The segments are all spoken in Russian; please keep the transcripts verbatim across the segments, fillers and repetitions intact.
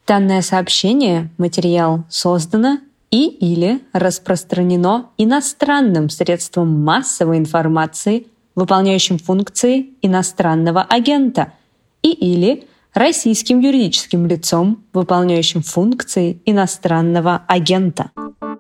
Данное сообщение, материал создано и или распространено иностранным средством массовой информации, выполняющим функции иностранного агента, и или российским юридическим лицом, выполняющим функции иностранного агента.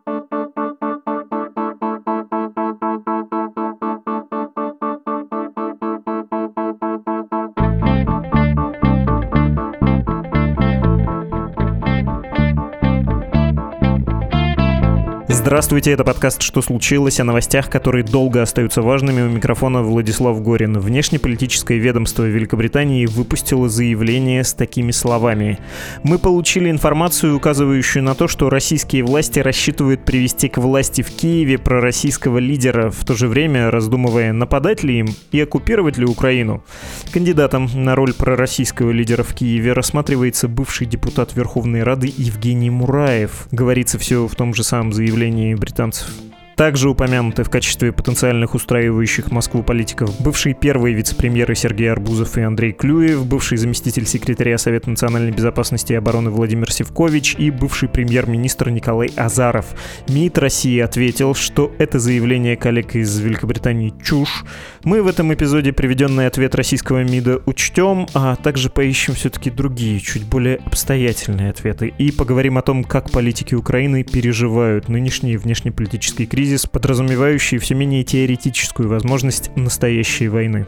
Здравствуйте, это подкаст «Что случилось?» о новостях, которые долго остаются важными. У микрофона Владислав Горин. Внешнеполитическое ведомство Великобритании выпустило заявление с такими словами. «Мы получили информацию, указывающую на то, что российские власти рассчитывают привести к власти в Киеве пророссийского лидера, в то же время раздумывая, нападать ли им и оккупировать ли Украину». Кандидатом на роль пророссийского лидера в Киеве рассматривается бывший депутат Верховной Рады Евгений Мураев. Говорится все в том же самом заявлении британцев. Также упомянуты в качестве потенциальных устраивающих Москву политиков бывший первый вице-премьеры Сергей Арбузов и Андрей Клюев, бывший заместитель секретаря Совета национальной безопасности и обороны Владимир Сивкович и бывший премьер-министр Николай Азаров. МИД России ответил, что это заявление коллег из Великобритании чушь. Мы в этом эпизоде приведенный ответ российского МИДа учтем, а также поищем все-таки другие, чуть более обстоятельные ответы и поговорим о том, как политики Украины переживают нынешний внешнеполитический кризис, подразумевающий все менее теоретическую возможность настоящей войны.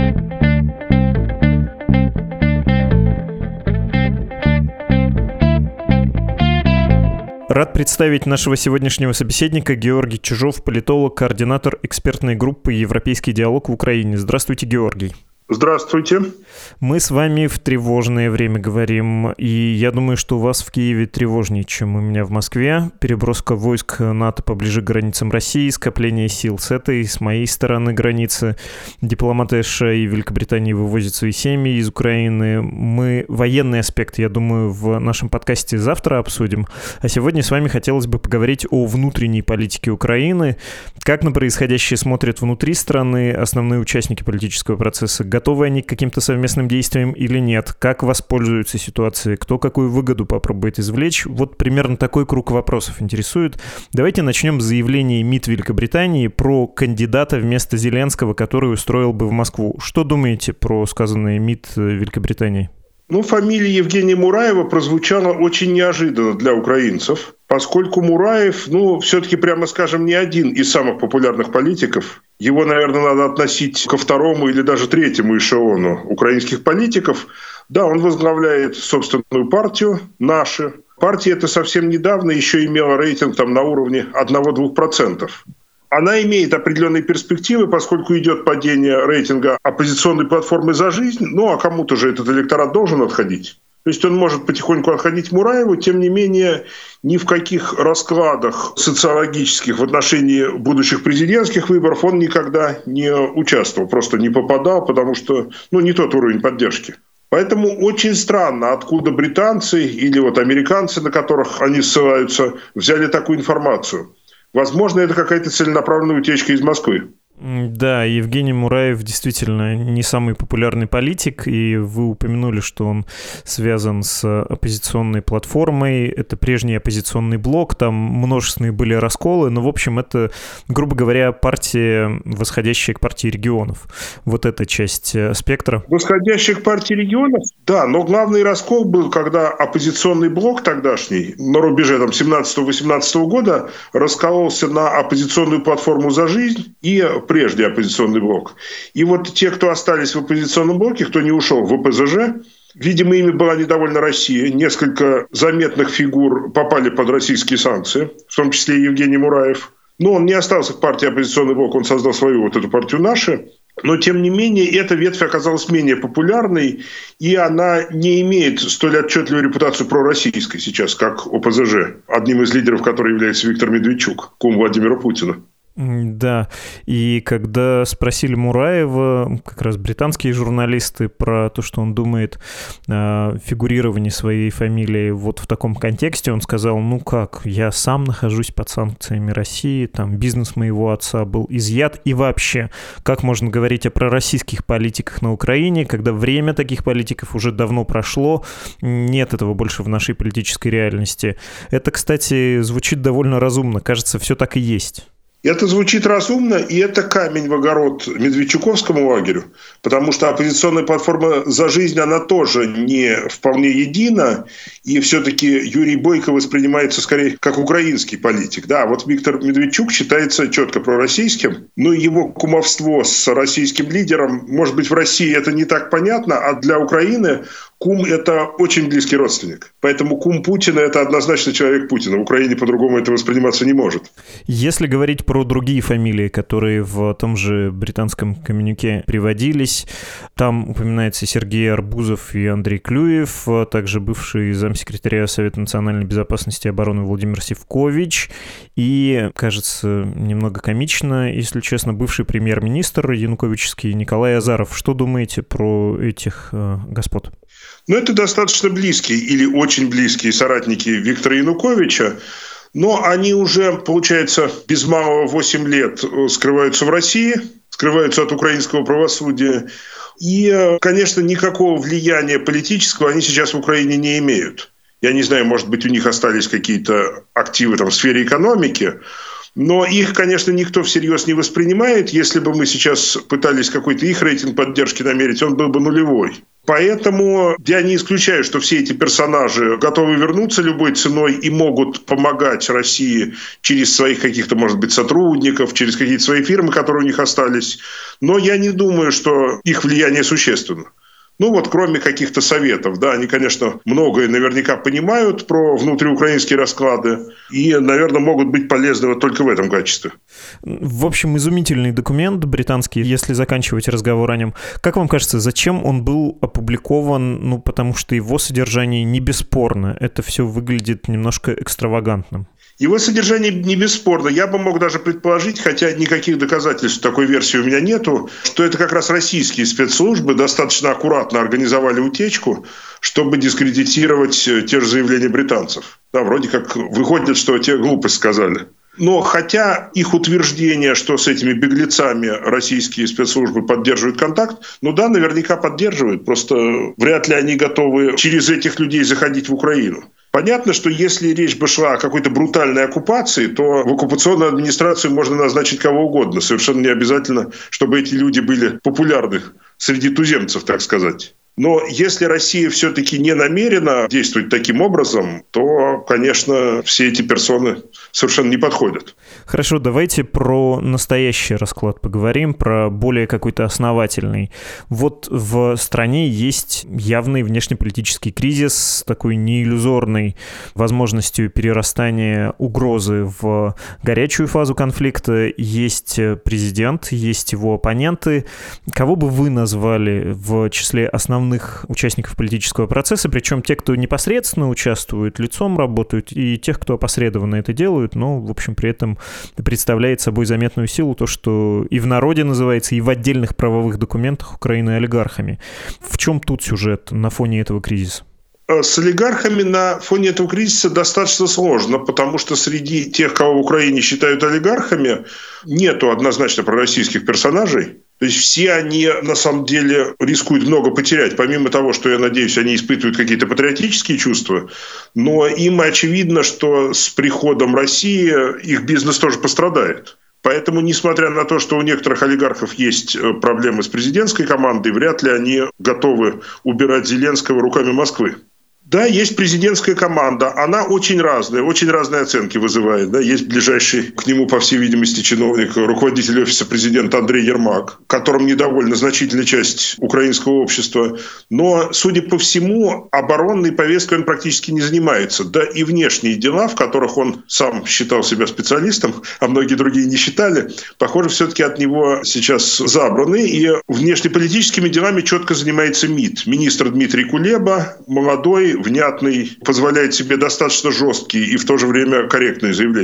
Рад представить нашего сегодняшнего собеседника Георгий Чижов, политолог, координатор экспертной группы «Европейский диалог в Украине». Здравствуйте, Георгий. Здравствуйте. Мы с вами в тревожное время говорим, и я думаю, что у вас в Киеве тревожнее, чем у меня в Москве. Переброска войск НАТО поближе к границам России, скопление сил с этой, с моей стороны границы. Дипломаты США и Великобритании вывозят свои семьи из Украины. Мы военный аспект, я думаю, в нашем подкасте завтра обсудим. А сегодня с вами хотелось бы поговорить о внутренней политике Украины. Как на происходящее смотрят внутри страны основные участники политического процесса? Готовы они к каким-то совместным действиям или нет? Как воспользуются ситуацией? Кто какую выгоду попробует извлечь? Вот примерно такой круг вопросов интересует. Давайте начнем с заявления МИД Великобритании про кандидата вместо Зеленского, который устроил бы в Москву. Что думаете про сказанное МИД Великобритании? Ну, фамилия Евгения Мураева прозвучала очень неожиданно для украинцев, поскольку Мураев, ну, все-таки, прямо скажем, не один из самых популярных политиков. Его, наверное, надо относить ко второму или даже третьему эшелону украинских политиков. Да, он возглавляет собственную партию «Наши». Партия эта совсем недавно еще имела рейтинг там на уровне одного-двух процентов. Она имеет определенные перспективы, поскольку идет падение рейтинга оппозиционной платформы «За жизнь». Ну, а кому-то же этот электорат должен отходить. То есть он может потихоньку отходить Мураеву, тем не менее ни в каких раскладах социологических в отношении будущих президентских выборов он никогда не участвовал, просто не попадал, потому что ну, не тот уровень поддержки. Поэтому очень странно, откуда британцы или вот американцы, на которых они ссылаются, взяли такую информацию. Возможно, это какая-то целенаправленная утечка из Москвы. Да, Евгений Мураев действительно не самый популярный политик, и вы упомянули, что он связан с оппозиционной платформой. Это прежний оппозиционный блок, там множественные были расколы, но, в общем, это, грубо говоря, партия, восходящая к партии регионов. Вот эта часть спектра. Восходящая к партии регионов? Да, но главный раскол был, когда оппозиционный блок тогдашний, на рубеже там семнадцатого-восемнадцатого года, раскололся на оппозиционную платформу «За жизнь» и прежде оппозиционный блок. И вот те, кто остались в оппозиционном блоке, кто не ушел в вэ пэ зэ жэ, видимо, ими была недовольна Россия. Несколько заметных фигур попали под российские санкции, в том числе и Евгений Мураев. Но он не остался в партии оппозиционный блок, он создал свою вот эту партию «Наши». Но, тем не менее, эта ветвь оказалась менее популярной, и она не имеет столь отчетливую репутацию пророссийской сейчас, как о пэ зэ жэ, одним из лидеров которой является Виктор Медведчук, кум Владимира Путина. Да, и когда спросили Мураева, как раз британские журналисты, про то, что он думает о фигурировании своей фамилии вот в таком контексте, он сказал, ну как, я сам нахожусь под санкциями России, там бизнес моего отца был изъят, и вообще, как можно говорить о пророссийских политиках на Украине, когда время таких политиков уже давно прошло, нет этого больше в нашей политической реальности. Это, кстати, звучит довольно разумно, кажется, все так и есть. Это звучит разумно, и это камень в огород Медведчуковскому лагерю, потому что оппозиционная платформа «За жизнь», она тоже не вполне едина, и все-таки Юрий Бойко воспринимается скорее как украинский политик. Да, вот Виктор Медведчук считается четко пророссийским, но его кумовство с российским лидером, может быть, в России это не так понятно, а для Украины кум – это очень близкий родственник. Поэтому кум Путина – это однозначно человек Путина. В Украине по-другому это восприниматься не может. Если говорить про другие фамилии, которые в том же британском коммюнике приводились, там упоминается Сергей Арбузов и Андрей Клюев, а также бывший замсекретаря Совета национальной безопасности и обороны Владимир Сивкович и, кажется, немного комично, если честно, бывший премьер-министр януковичский Николай Азаров. Что думаете про этих э, господ? Ну, это достаточно близкие или очень близкие соратники Виктора Януковича, но они уже, получается, без малого восемь лет скрываются в России, скрываются от украинского правосудия. И, конечно, никакого влияния политического они сейчас в Украине не имеют. Я не знаю, может быть, у них остались какие-то активы там, в сфере экономики, но их, конечно, никто всерьез не воспринимает. Если бы мы сейчас пытались какой-то их рейтинг поддержки намерить, он был бы нулевой. Поэтому я не исключаю, что все эти персонажи готовы вернуться любой ценой и могут помогать России через своих каких-то, может быть, сотрудников, через какие-то свои фирмы, которые у них остались. Но я не думаю, что их влияние существенно. Ну вот, кроме каких-то советов, да, они, конечно, многое наверняка понимают про внутриукраинские расклады и, наверное, могут быть полезны вот только в этом качестве. В общем, изумительный документ британский, если заканчивать разговор о нем. Как вам кажется, зачем он был опубликован? Ну, потому что его содержание не бесспорно. Это все выглядит немножко экстравагантным. Его содержание не бесспорно. Я бы мог даже предположить, хотя никаких доказательств такой версии у меня нету, что это как раз российские спецслужбы достаточно аккуратно организовали утечку, чтобы дискредитировать те же заявления британцев. Да, вроде как выходит, что те глупость сказали. Но хотя их утверждение, что с этими беглецами российские спецслужбы поддерживают контакт, ну да, наверняка поддерживают, просто вряд ли они готовы через этих людей заходить в Украину. Понятно, что если речь бы шла о какой-то брутальной оккупации, то в оккупационную администрацию можно назначить кого угодно. Совершенно не обязательно, чтобы эти люди были популярны среди туземцев, так сказать. Но если Россия все-таки не намерена действовать таким образом, то, конечно, все эти персоны совершенно не подходят. Хорошо, давайте про настоящий расклад поговорим, про более какой-то основательный. Вот в стране есть явный внешнеполитический кризис с такой неиллюзорной возможностью перерастания угрозы в горячую фазу конфликта. Есть президент, есть его оппоненты. Кого бы вы назвали в числе основных участников политического процесса, причем те, кто непосредственно участвует, лицом работают, и тех, кто опосредованно это делают, но, в общем, при этом представляет собой заметную силу то, что и в народе называется, и в отдельных правовых документах Украины олигархами. В чем тут сюжет на фоне этого кризиса? С олигархами на фоне этого кризиса достаточно сложно, потому что среди тех, кого в Украине считают олигархами, нету однозначно пророссийских персонажей. То есть все они на самом деле рискуют много потерять, помимо того, что, я надеюсь, они испытывают какие-то патриотические чувства, но им очевидно, что с приходом России их бизнес тоже пострадает. Поэтому, несмотря на то, что у некоторых олигархов есть проблемы с президентской командой, вряд ли они готовы убирать Зеленского руками Москвы. Да, есть президентская команда, она очень разная, очень разные оценки вызывает. Да. Есть ближайший к нему, по всей видимости, чиновник, руководитель офиса президента Андрей Ермак, которым недовольна значительная часть украинского общества. Но, судя по всему, оборонной повесткой он практически не занимается. Да и внешние дела, в которых он сам считал себя специалистом, а многие другие не считали, похоже, все-таки от него сейчас забраны. И внешнеполитическими делами четко занимается МИД. Министр Дмитрий Кулеба, молодой, внятный, позволяет себе достаточно жесткие и в то же время корректные заявления.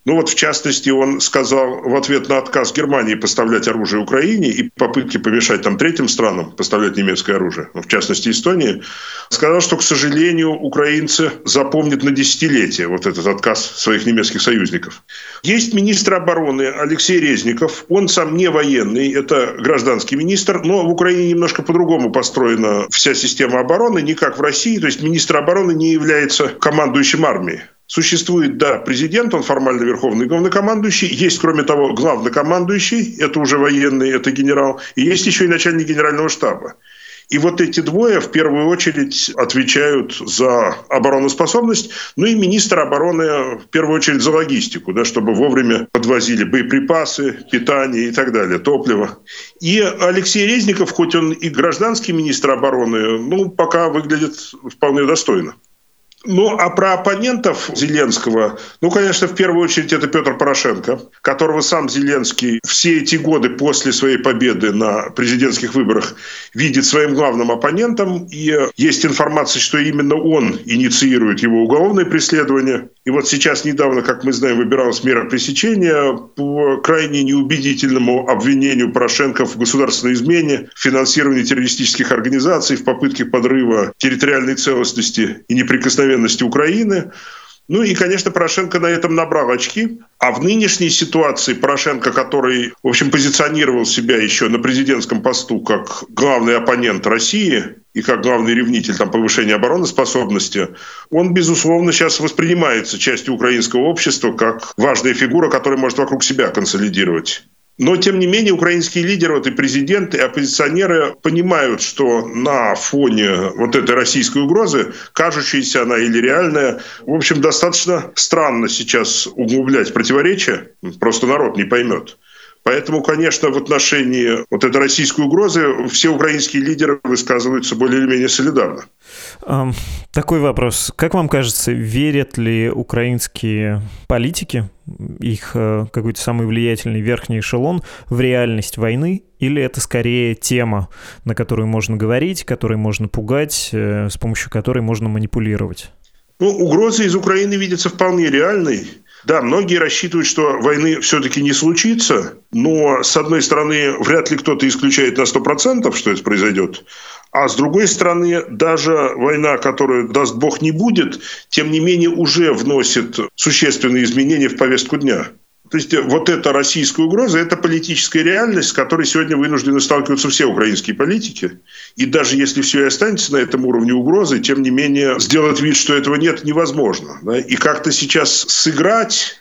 Ну вот, в частности, он сказал в ответ на отказ Германии поставлять оружие Украине и попытки помешать там третьим странам поставлять немецкое оружие, в частности Эстонии, сказал, что, к сожалению, украинцы запомнят на десятилетия вот этот отказ своих немецких союзников. Есть министр обороны Алексей Резников. Он сам не военный, это гражданский министр, но в Украине немножко по-другому построена вся система обороны, не как в России. То есть министр обороны не является командующим армией. Существует, да, президент, он формально верховный главнокомандующий. Есть, кроме того, главнокомандующий, это уже военный, это генерал. И есть еще и начальник генерального штаба. И вот эти двое в первую очередь отвечают за обороноспособность, ну и министр обороны в первую очередь за логистику, да, чтобы вовремя подвозили боеприпасы, питание и так далее, топливо. И Алексей Резников, хоть он и гражданский министр обороны, ну, пока выглядит вполне достойно. Ну, а про оппонентов Зеленского, ну, конечно, в первую очередь это Петр Порошенко, которого сам Зеленский все эти годы после своей победы на президентских выборах видит своим главным оппонентом. И есть информация, что именно он инициирует его уголовное преследование. И вот сейчас недавно, как мы знаем, выбиралась мера пресечения по крайне неубедительному обвинению Порошенко в государственной измене, в финансировании террористических организаций, в попытке подрыва территориальной целостности и неприкосновенности Украины. Ну и, конечно, Порошенко на этом набрал очки. А в нынешней ситуации Порошенко, который, в общем, позиционировал себя еще на президентском посту как главный оппонент России и как главный ревнитель там, повышения обороноспособности, он, безусловно, сейчас воспринимается частью украинского общества как важная фигура, которая может вокруг себя консолидировать. Но, тем не менее, украинские лидеры, вот и президенты, и оппозиционеры понимают, что на фоне вот этой российской угрозы, кажущейся она или реальная, в общем, достаточно странно сейчас углублять противоречия, просто народ не поймет. Поэтому, конечно, в отношении вот этой российской угрозы все украинские лидеры высказываются более или менее солидарно. Um, такой вопрос. Как вам кажется, верят ли украинские политики, их какой-то самый влиятельный верхний эшелон, в реальность войны? Или это скорее тема, на которую можно говорить, которой можно пугать, с помощью которой можно манипулировать? Ну, угроза из Украины видится вполне реальной. Да, многие рассчитывают, что войны все-таки не случится, но, с одной стороны, вряд ли кто-то исключает на сто процентов, что это произойдет, а с другой стороны, даже война, которую, даст Бог, не будет, тем не менее уже вносит существенные изменения в повестку дня. То есть вот эта российская угроза – это политическая реальность, с которой сегодня вынуждены сталкиваться все украинские политики. И даже если все и останется на этом уровне угрозы, тем не менее сделать вид, что этого нет, невозможно. Да? И как-то сейчас сыграть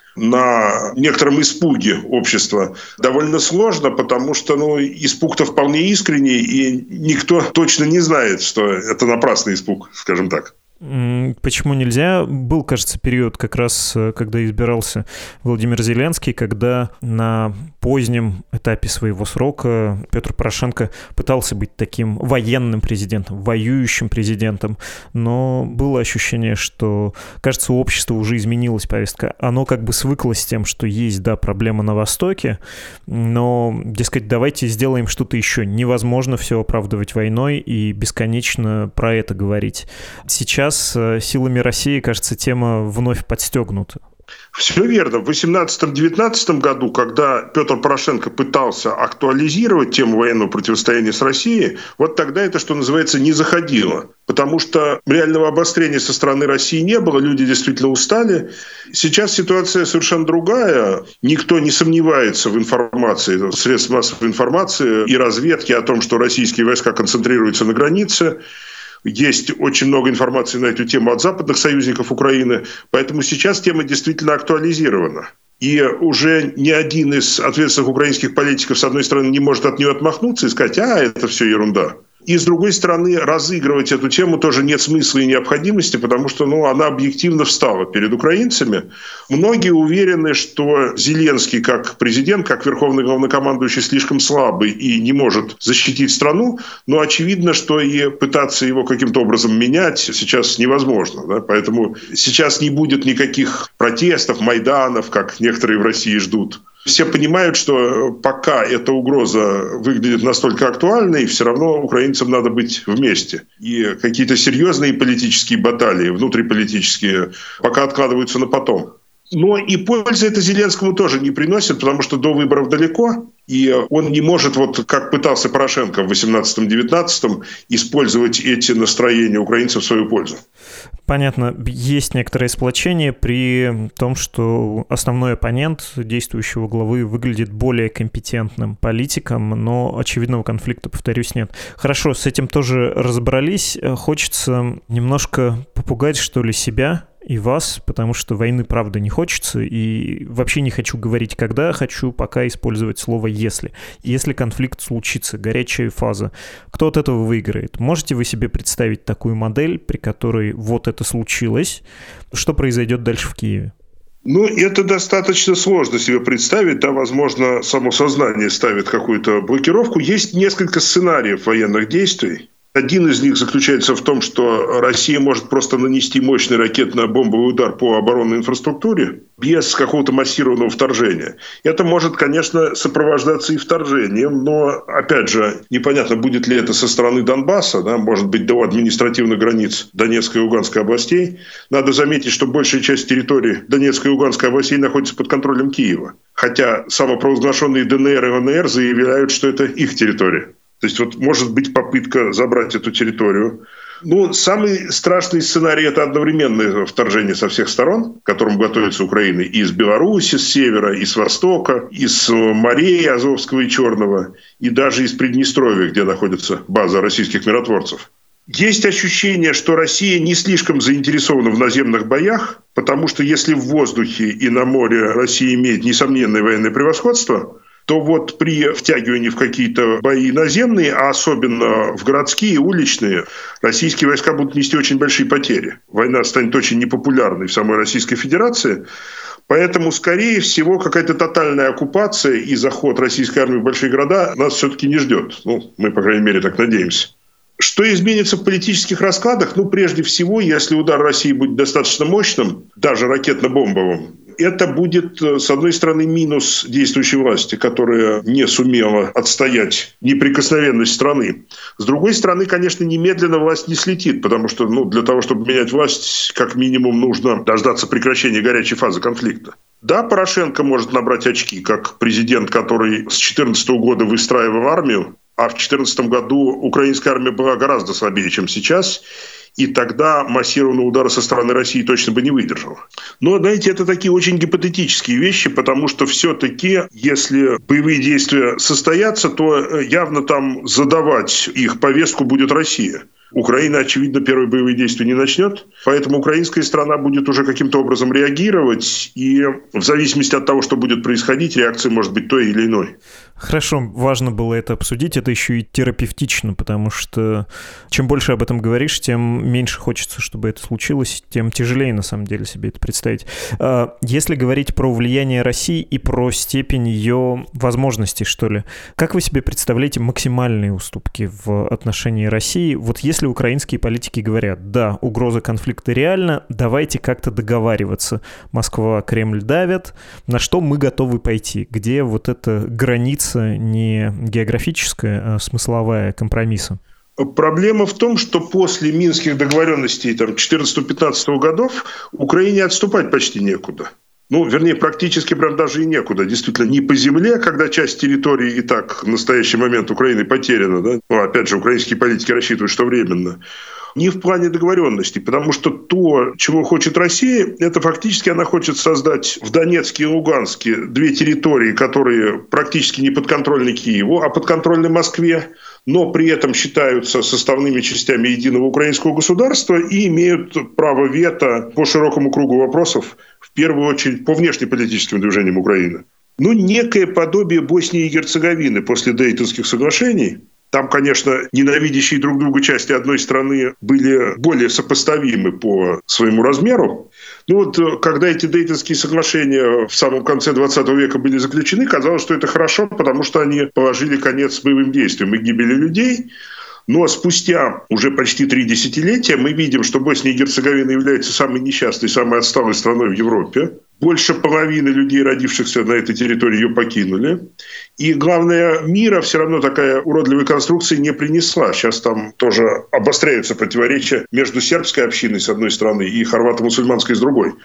на некотором испуге общества довольно сложно, потому что ну, испуг-то вполне искренний, и никто точно не знает, что это напрасный испуг, скажем так. Почему нельзя? Был, кажется, период как раз, когда избирался Владимир Зеленский, когда на позднем этапе своего срока Петр Порошенко пытался быть таким военным президентом, воюющим президентом, но было ощущение, что, кажется, у общества уже изменилась повестка. Оно как бы свыклось с тем, что есть, да, проблема на Востоке, но, дескать, давайте сделаем что-то еще. Невозможно все оправдывать войной и бесконечно про это говорить. Сейчас силами России, кажется, тема вновь подстегнута. Все верно. В восемнадцатом-девятнадцатом году, когда Петр Порошенко пытался актуализировать тему военного противостояния с Россией, вот тогда это, что называется, не заходило. Потому что реального обострения со стороны России не было, люди действительно устали. Сейчас ситуация совершенно другая. Никто не сомневается в информации, в средствах массовой информации и разведки о том, что российские войска концентрируются на границе. Есть очень много информации на эту тему от западных союзников Украины, поэтому сейчас тема действительно актуализирована. И уже ни один из ответственных украинских политиков, с одной стороны, не может от нее отмахнуться и сказать, а, это все ерунда. И, с другой стороны, разыгрывать эту тему тоже нет смысла и необходимости, потому что ну, она объективно встала перед украинцами. Многие уверены, что Зеленский как президент, как верховный главнокомандующий слишком слабый и не может защитить страну, но очевидно, что и пытаться его каким-то образом менять сейчас невозможно. Да? Поэтому сейчас не будет никаких протестов, майданов, как некоторые в России ждут. Все понимают, что пока эта угроза выглядит настолько актуальной, все равно украинцам надо быть вместе. И какие-то серьезные политические баталии, внутриполитические, пока откладываются на потом. Но и пользы это Зеленскому тоже не приносит, потому что до выборов далеко, и он не может, вот как пытался Порошенко в восемнадцатом-девятнадцатом, использовать эти настроения украинцев в свою пользу. Понятно. Есть некоторое сплочение при том, что основной оппонент действующего главы выглядит более компетентным политиком, но очевидного конфликта, повторюсь, нет. Хорошо, с этим тоже разобрались. Хочется немножко попугать, что ли, себя и вас, потому что войны, правда, не хочется, и вообще не хочу говорить «когда», хочу пока использовать слово «если». Если конфликт случится, горячая фаза, кто от этого выиграет? Можете вы себе представить такую модель, при которой вот это случилось? Что произойдет дальше в Киеве? Ну, это достаточно сложно себе представить, да, возможно, само сознание ставит какую-то блокировку. Есть несколько сценариев военных действий. Один из них заключается в том, что Россия может просто нанести мощный ракетно-бомбовый удар по оборонной инфраструктуре без какого-то массированного вторжения. Это может, конечно, сопровождаться и вторжением, но, опять же, непонятно, будет ли это со стороны Донбасса, да, может быть, до административных границ Донецкой и Луганской областей. Надо заметить, что большая часть территории Донецкой и Луганской областей находится под контролем Киева. Хотя самопровозглашенные ДНР и ЛНР заявляют, что это их территория. То есть вот может быть попытка забрать эту территорию. Ну, самый страшный сценарий – это одновременное вторжение со всех сторон, к которому готовится Украина и из Беларуси, с севера, и с востока, и с морей Азовского и Черного, и даже из Приднестровья, где находится база российских миротворцев. Есть ощущение, что Россия не слишком заинтересована в наземных боях, потому что если в воздухе и на море Россия имеет несомненное военное превосходство, то вот при втягивании в какие-то бои наземные, а особенно в городские, уличные, российские войска будут нести очень большие потери. Война станет очень непопулярной в самой Российской Федерации. Поэтому, скорее всего, какая-то тотальная оккупация и заход российской армии в большие города нас все-таки не ждет. Ну, мы, по крайней мере, так надеемся. Что изменится в политических раскладах? Ну, прежде всего, если удар России будет достаточно мощным, даже ракетно-бомбовым, это будет, с одной стороны, минус действующей власти, которая не сумела отстоять неприкосновенность страны. С другой стороны, конечно, немедленно власть не слетит, потому что ну, для того, чтобы менять власть, как минимум нужно дождаться прекращения горячей фазы конфликта. Да, Порошенко может набрать очки, как президент, который с две тысячи четырнадцатого года выстраивал армию, а в две тысячи четырнадцатом году украинская армия была гораздо слабее, чем сейчас. И тогда массированного удара со стороны России точно бы не выдержала. Но, знаете, это такие очень гипотетические вещи, потому что все-таки, если боевые действия состоятся, то явно там задавать их повестку будет Россия. Украина, очевидно, первые боевые действия не начнет, поэтому украинская страна будет уже каким-то образом реагировать, и в зависимости от того, что будет происходить, реакция может быть той или иной. Хорошо, важно было это обсудить, это еще и терапевтично, потому что чем больше об этом говоришь, тем меньше хочется, чтобы это случилось, тем тяжелее на самом деле себе это представить. Если говорить про влияние России и про степень ее возможностей, что ли, как вы себе представляете максимальные уступки в отношении России? Вот если украинские политики говорят, да, угроза конфликта реальна, давайте как-то договариваться. Москва, Кремль давят, на что мы готовы пойти? Где вот эта граница не географическая, а смысловая компромисса? Проблема в том, что после минских договоренностей там, четырнадцатого-пятнадцатого годов Украине отступать почти некуда. Ну, вернее, практически прям даже и некуда. Действительно, не по земле, когда часть территории и так в настоящий момент Украины потеряна. Да? Ну, опять же, украинские политики рассчитывают, что временно. Не в плане договоренностей, потому что то, чего хочет Россия, это фактически она хочет создать в Донецке и Луганске две территории, которые практически не подконтрольны Киеву, а подконтрольны Москве, но при этом считаются составными частями единого украинского государства и имеют право вето по широкому кругу вопросов, в первую очередь по внешнеполитическим движениям Украины. Ну, некое подобие Боснии и Герцеговины после Дейтонских соглашений. Там, конечно, ненавидящие друг друга части одной страны были более сопоставимы по своему размеру. Но вот когда эти Дейтонские соглашения в самом конце двадцатого века были заключены, казалось, что это хорошо, потому что они положили конец боевым действиям и гибели людей. Но спустя уже почти три десятилетия мы видим, что Босния и Герцеговина является самой несчастной, самой отсталой страной в Европе. Больше половины людей, родившихся на этой территории, ее покинули. И главное, мира все равно такая уродливая конструкция не принесла. Сейчас там тоже обостряются противоречия между сербской общиной с одной стороны и хорвато-мусульманской с другой.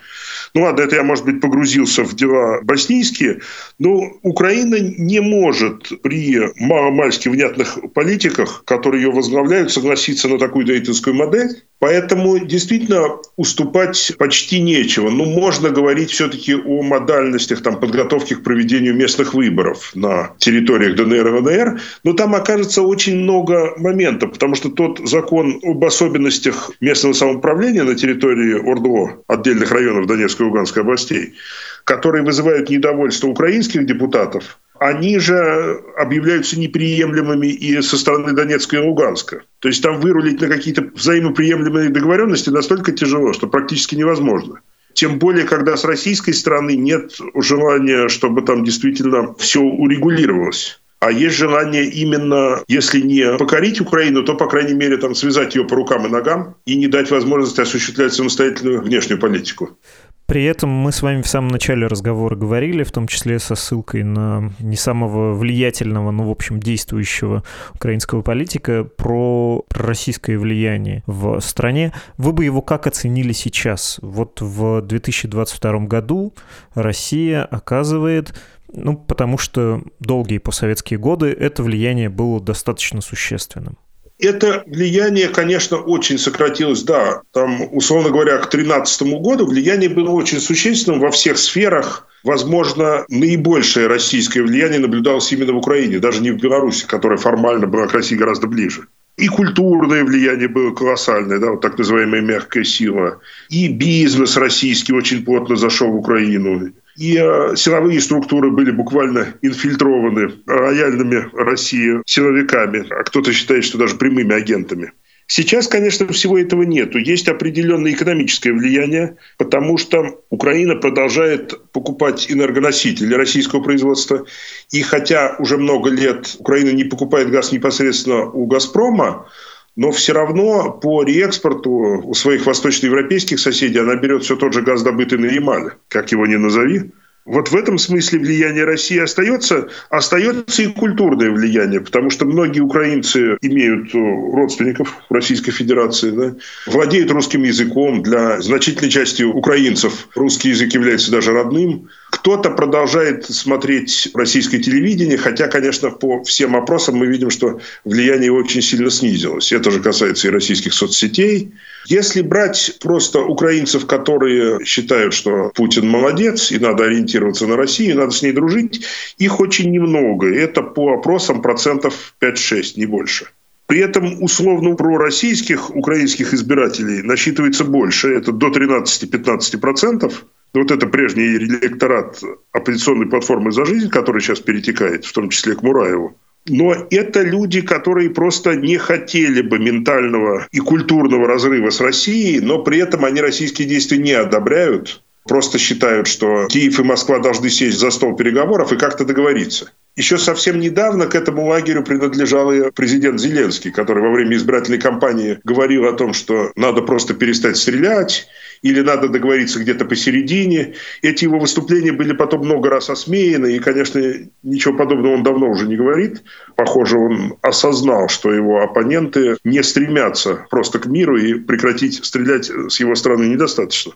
Ну ладно, это я, может быть, погрузился в дела боснийские, но Украина не может при маломальски внятных политиках, которые ее возглавляют, согласиться на такую дейтинскую модель. Поэтому действительно уступать почти нечего. Ну, можно говорить все-таки о модальностях там, подготовки к проведению местных выборов на территориях ДНР и ЛНР, но там окажется очень много моментов, потому что тот закон об особенностях местного самоуправления на территории ОРДО, отдельных районов Донецкой и Луганской областей, которые вызывают недовольство украинских депутатов, они же объявляются неприемлемыми и со стороны Донецка и Луганска. То есть там вырулить на какие-то взаимоприемлемые договоренности настолько тяжело, что практически невозможно. Тем более, когда с российской стороны нет желания, чтобы там действительно все урегулировалось. А есть желание именно, если не покорить Украину, то, по крайней мере, там, связать ее по рукам и ногам и не дать возможности осуществлять самостоятельную внешнюю политику. При этом мы с вами в самом начале разговора говорили, в том числе со ссылкой на не самого влиятельного, но, в общем, действующего украинского политика, про российское влияние в стране. Вы бы его как оценили сейчас? Вот в две тысячи двадцать втором году Россия оказывает... Ну, потому что долгие постсоветские годы это влияние было достаточно существенным. Это влияние, конечно, очень сократилось. Да, там, условно говоря, к две тысячи тринадцатому году влияние было очень существенным во всех сферах. Возможно, наибольшее российское влияние наблюдалось именно в Украине, даже не в Беларуси, которая формально была к России гораздо ближе. И культурное влияние было колоссальное, да, вот так называемая мягкая сила. И бизнес российский очень плотно зашел в Украину. И э, силовые структуры были буквально инфильтрованы лояльными России силовиками, а кто-то считает, что даже прямыми агентами. Сейчас, конечно, всего этого нету. Есть определенное экономическое влияние, потому что Украина продолжает покупать энергоносители российского производства. И хотя уже много лет Украина не покупает газ непосредственно у «Газпрома», но все равно по реэкспорту у своих восточноевропейских соседей она берет все тот же газ, добытый на Ямале, как его ни назови. Вот в этом смысле влияние России остается, остается и культурное влияние, потому что многие украинцы имеют родственников в Российской Федерации, да, владеют русским языком. Для значительной части украинцев русский язык является даже родным. Кто-то продолжает смотреть российское телевидение, хотя, конечно, по всем опросам мы видим, что влияние очень сильно снизилось. Это же касается и российских соцсетей. Если брать просто украинцев, которые считают, что Путин молодец и надо ориентироваться на Россию, надо с ней дружить, их очень немного. Это по опросам процентов пять-шесть, не больше. При этом условно пророссийских украинских избирателей насчитывается больше. Это до тринадцати-пятнадцати процентов. Вот это прежний электорат оппозиционной платформы «За жизнь», который сейчас перетекает, в том числе к Мураеву. Но это люди, которые просто не хотели бы ментального и культурного разрыва с Россией, но при этом они российские действия не одобряют. Просто считают, что Киев и Москва должны сесть за стол переговоров и как-то договориться. Еще совсем недавно к этому лагерю принадлежал и президент Зеленский, который во время избирательной кампании говорил о том, что надо просто перестать стрелять или надо договориться где-то посередине. Эти его выступления были потом много раз осмеяны, и, конечно, ничего подобного он давно уже не говорит. Похоже, он осознал, что его оппоненты не стремятся просто к миру, и прекратить стрелять с его стороны недостаточно.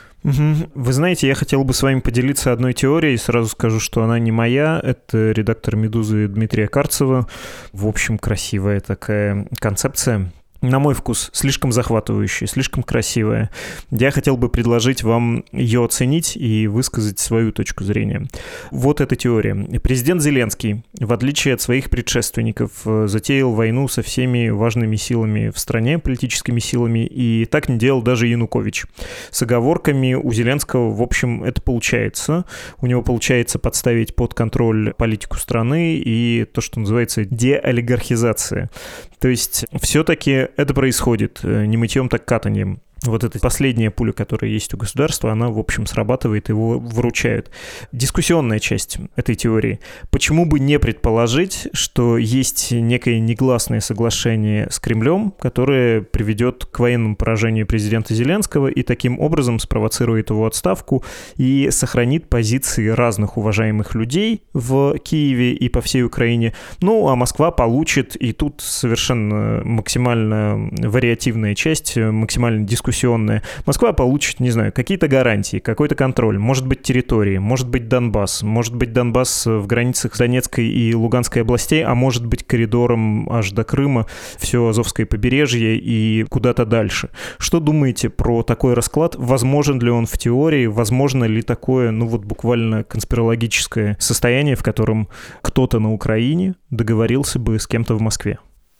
Вы знаете, я хотел бы с вами поделиться одной теорией. Сразу скажу, что она не моя. Это редактор «Медузы» Дмитрия Карцева. В общем, красивая такая концепция. На мой вкус, слишком захватывающая, слишком красивая. Я хотел бы предложить вам ее оценить и высказать свою точку зрения. Вот эта теория. Президент Зеленский, в отличие от своих предшественников, затеял войну со всеми важными силами в стране, политическими силами, и так не делал даже Янукович. С оговорками у Зеленского, в общем, это получается. У него получается подставить под контроль политику страны и то, что называется деолигархизация. То есть все-таки это происходит не мытьем, так катаньем. Вот эта последняя пуля, которая есть у государства, она, в общем, срабатывает, его выручают. Дискуссионная часть этой теории. Почему бы не предположить, что есть некое негласное соглашение с Кремлем, которое приведет к военному поражению президента Зеленского и таким образом спровоцирует его отставку и сохранит позиции разных уважаемых людей в Киеве и по всей Украине. Ну, а Москва получит, и тут совершенно максимально вариативная часть, максимально дискуссионная дискуссионное. Москва получит, не знаю, какие-то гарантии, какой-то контроль, может быть, территории, может быть, Донбасс, может быть, Донбасс в границах Донецкой и Луганской областей, а может быть, коридором аж до Крыма, все Азовское побережье и куда-то дальше. Что думаете про такой расклад? Возможен ли он в теории? Возможно ли такое, ну вот буквально конспирологическое состояние, в котором кто-то на Украине договорился бы с кем-то в Москве?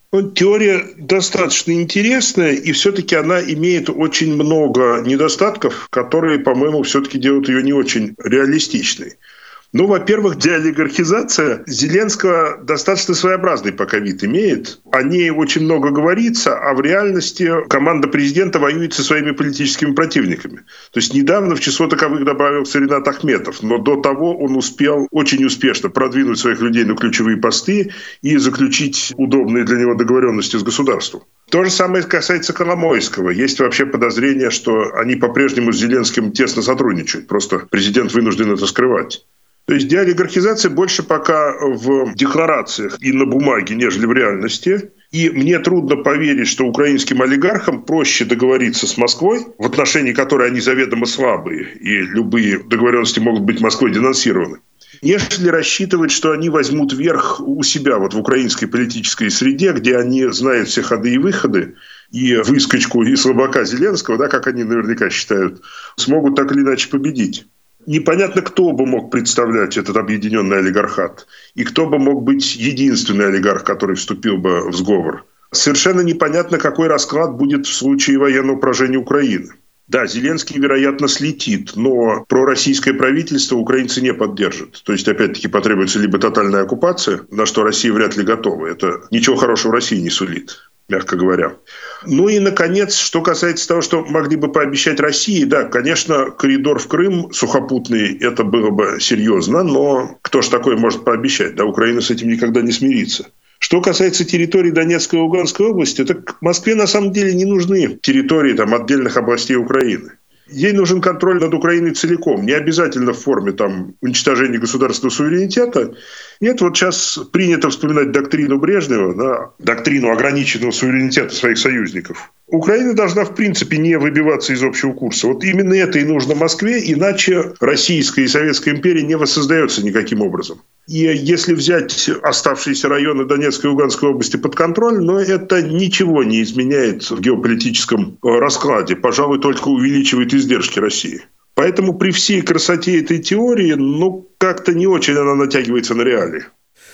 Теория достаточно интересная, и все-таки она имеет очень много недостатков, которые, по-моему, все-таки делают ее не очень реалистичной. Ну, во-первых, деолигархизация Зеленского достаточно своеобразный пока вид имеет. О ней очень много говорится, а в реальности команда президента воюет со своими политическими противниками. То есть недавно в число таковых добавился Ринат Ахметов, но до того он успел очень успешно продвинуть своих людей на ключевые посты и заключить удобные для него договоренности с государством. То же самое касается Коломойского. Есть вообще подозрение, что они по-прежнему с Зеленским тесно сотрудничают. Просто президент вынужден это скрывать. То есть деолигархизация больше пока в декларациях и на бумаге, нежели в реальности. И мне трудно поверить, что украинским олигархам проще договориться с Москвой, в отношении которой они заведомо слабые, и любые договоренности могут быть Москвой денонсированы, нежели рассчитывать, что они возьмут верх у себя вот в украинской политической среде, где они знают все ходы и выходы, и выскочку и слабака Зеленского, да, как они наверняка считают, смогут так или иначе победить. Непонятно, кто бы мог представлять этот объединенный олигархат и кто бы мог быть единственный олигарх, который вступил бы в сговор. Совершенно непонятно, какой расклад будет в случае военного поражения Украины. Да, Зеленский, вероятно, слетит, но пророссийское правительство украинцы не поддержат. То есть, опять-таки, потребуется либо тотальная оккупация, на что Россия вряд ли готова. Это ничего хорошего России не сулит, мягко говоря. Ну и, наконец, что касается того, что могли бы пообещать России, да, конечно, коридор в Крым сухопутный, это было бы серьезно, но кто ж такое может пообещать? Да, Украина с этим никогда не смирится. Что касается территории Донецкой и Луганской области, так Москве на самом деле не нужны территории там, отдельных областей Украины. Ей нужен контроль над Украиной целиком, не обязательно в форме там, уничтожения государственного суверенитета. Нет, вот сейчас принято вспоминать доктрину Брежнева, да, доктрину ограниченного суверенитета своих союзников. Украина должна, в принципе, не выбиваться из общего курса. Вот именно это и нужно Москве, иначе Российская и Советская империя не воссоздается никаким образом. И если взять оставшиеся районы Донецкой и Луганской области под контроль, но это ничего не изменяет в геополитическом раскладе, пожалуй, только увеличивает издержки России. Поэтому при всей красоте этой теории, ну, как-то не очень она натягивается на реалии.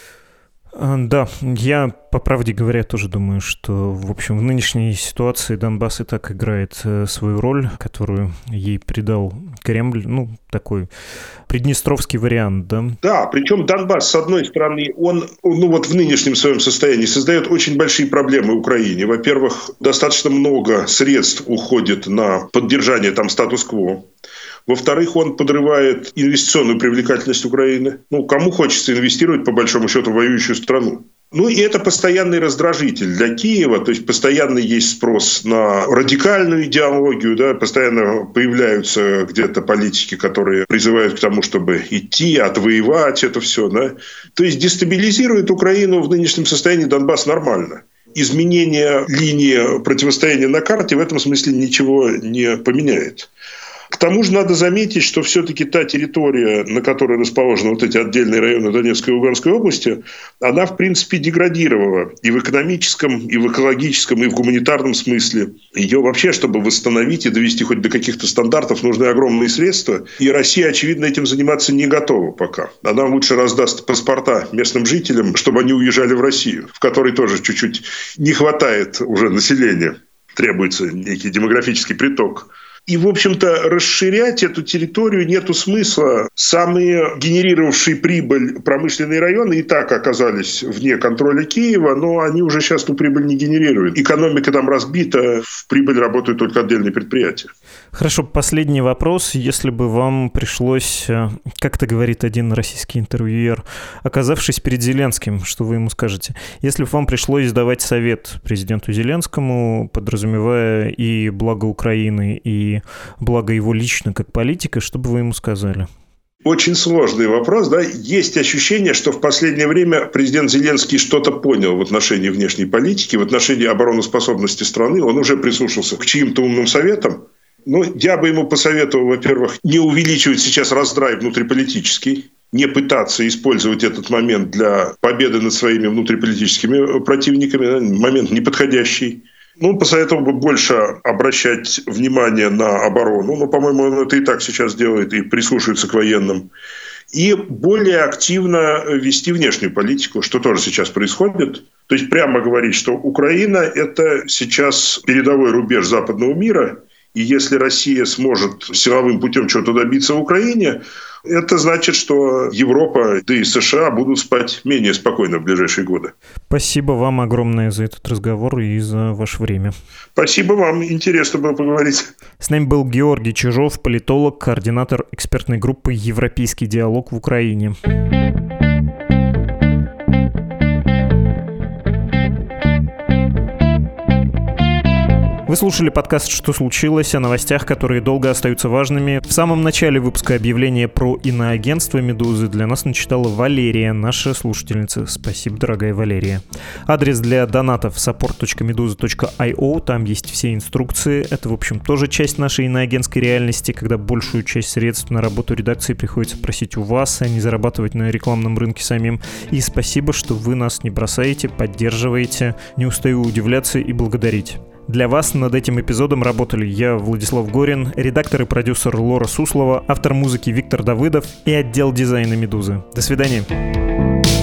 Да, я, по правде говоря, тоже думаю, что, в общем, в нынешней ситуации Донбасс и так играет свою роль, которую ей придал Кремль, ну, такой приднестровский вариант, да? Да, причем Донбасс, с одной стороны, он, ну вот в нынешнем своем состоянии создает очень большие проблемы Украине. Во-первых, достаточно много средств уходит на поддержание там статус-кво. Во-вторых, он подрывает инвестиционную привлекательность Украины. Ну, кому хочется инвестировать, по большому счету, в воюющую страну? Ну, и это постоянный раздражитель для Киева. То есть, постоянно есть спрос на радикальную идеологию. Да? Постоянно появляются где-то политики, которые призывают к тому, чтобы идти, отвоевать это все. Да? То есть, дестабилизирует Украину в нынешнем состоянии Донбасс нормально. Изменение линии противостояния на карте в этом смысле ничего не поменяет. К тому же надо заметить, что все-таки та территория, на которой расположены вот эти отдельные районы Донецкой и Луганской области, она, в принципе, деградировала и в экономическом, и в экологическом, и в гуманитарном смысле. Ее вообще, чтобы восстановить и довести хоть до каких-то стандартов, нужны огромные средства. И Россия, очевидно, этим заниматься не готова пока. Она лучше раздаст паспорта местным жителям, чтобы они уезжали в Россию, в которой тоже чуть-чуть не хватает уже населения. Требуется некий демографический приток. И, в общем-то, расширять эту территорию нету смысла. Самые генерировавшие прибыль промышленные районы и так оказались вне контроля Киева, но они уже сейчас ту прибыль не генерируют. Экономика там разбита, в прибыль работают только отдельные предприятия. Хорошо, последний вопрос. Если бы вам пришлось, как это говорит один российский интервьюер, оказавшись перед Зеленским, что вы ему скажете? Если бы вам пришлось давать совет президенту Зеленскому, подразумевая и благо Украины, и благо его лично как политика, что бы вы ему сказали? Очень сложный вопрос. Да? Есть ощущение, что в последнее время президент Зеленский что-то понял в отношении внешней политики, в отношении обороноспособности страны. Он уже прислушался к чьим-то умным советам. Но я бы ему посоветовал, во-первых, не увеличивать сейчас раздрай внутриполитический, не пытаться использовать этот момент для победы над своими внутриполитическими противниками. Момент неподходящий. Ну, посоветовал бы больше обращать внимание на оборону. Ну, по-моему, он это и так сейчас делает и прислушивается к военным. И более активно вести внешнюю политику, что тоже сейчас происходит. То есть прямо говорить, что Украина – это сейчас передовой рубеж западного мира. И если Россия сможет силовым путем чего-то добиться в Украине, это значит, что Европа, да и США будут спать менее спокойно в ближайшие годы. Спасибо вам огромное за этот разговор и за ваше время. Спасибо вам. Интересно было поговорить. С нами был Георгий Чижов, политолог, координатор экспертной группы «Европейский диалог в Украине». Вы слушали подкаст «Что случилось?» о новостях, которые долго остаются важными. В самом начале выпуска объявления про иноагентство «Медузы» для нас начитала Валерия, наша слушательница. Спасибо, дорогая Валерия. Адрес для донатов support точка meduza точка io, там есть все инструкции. Это, в общем, тоже часть нашей иноагентской реальности, когда большую часть средств на работу редакции приходится просить у вас, а не зарабатывать на рекламном рынке самим. И спасибо, что вы нас не бросаете, поддерживаете. Не устаю удивляться и благодарить. Для вас над этим эпизодом работали я, Владислав Горин, редактор и продюсер Лора Суслова, автор музыки Виктор Давыдов и отдел дизайна «Медузы». До свидания.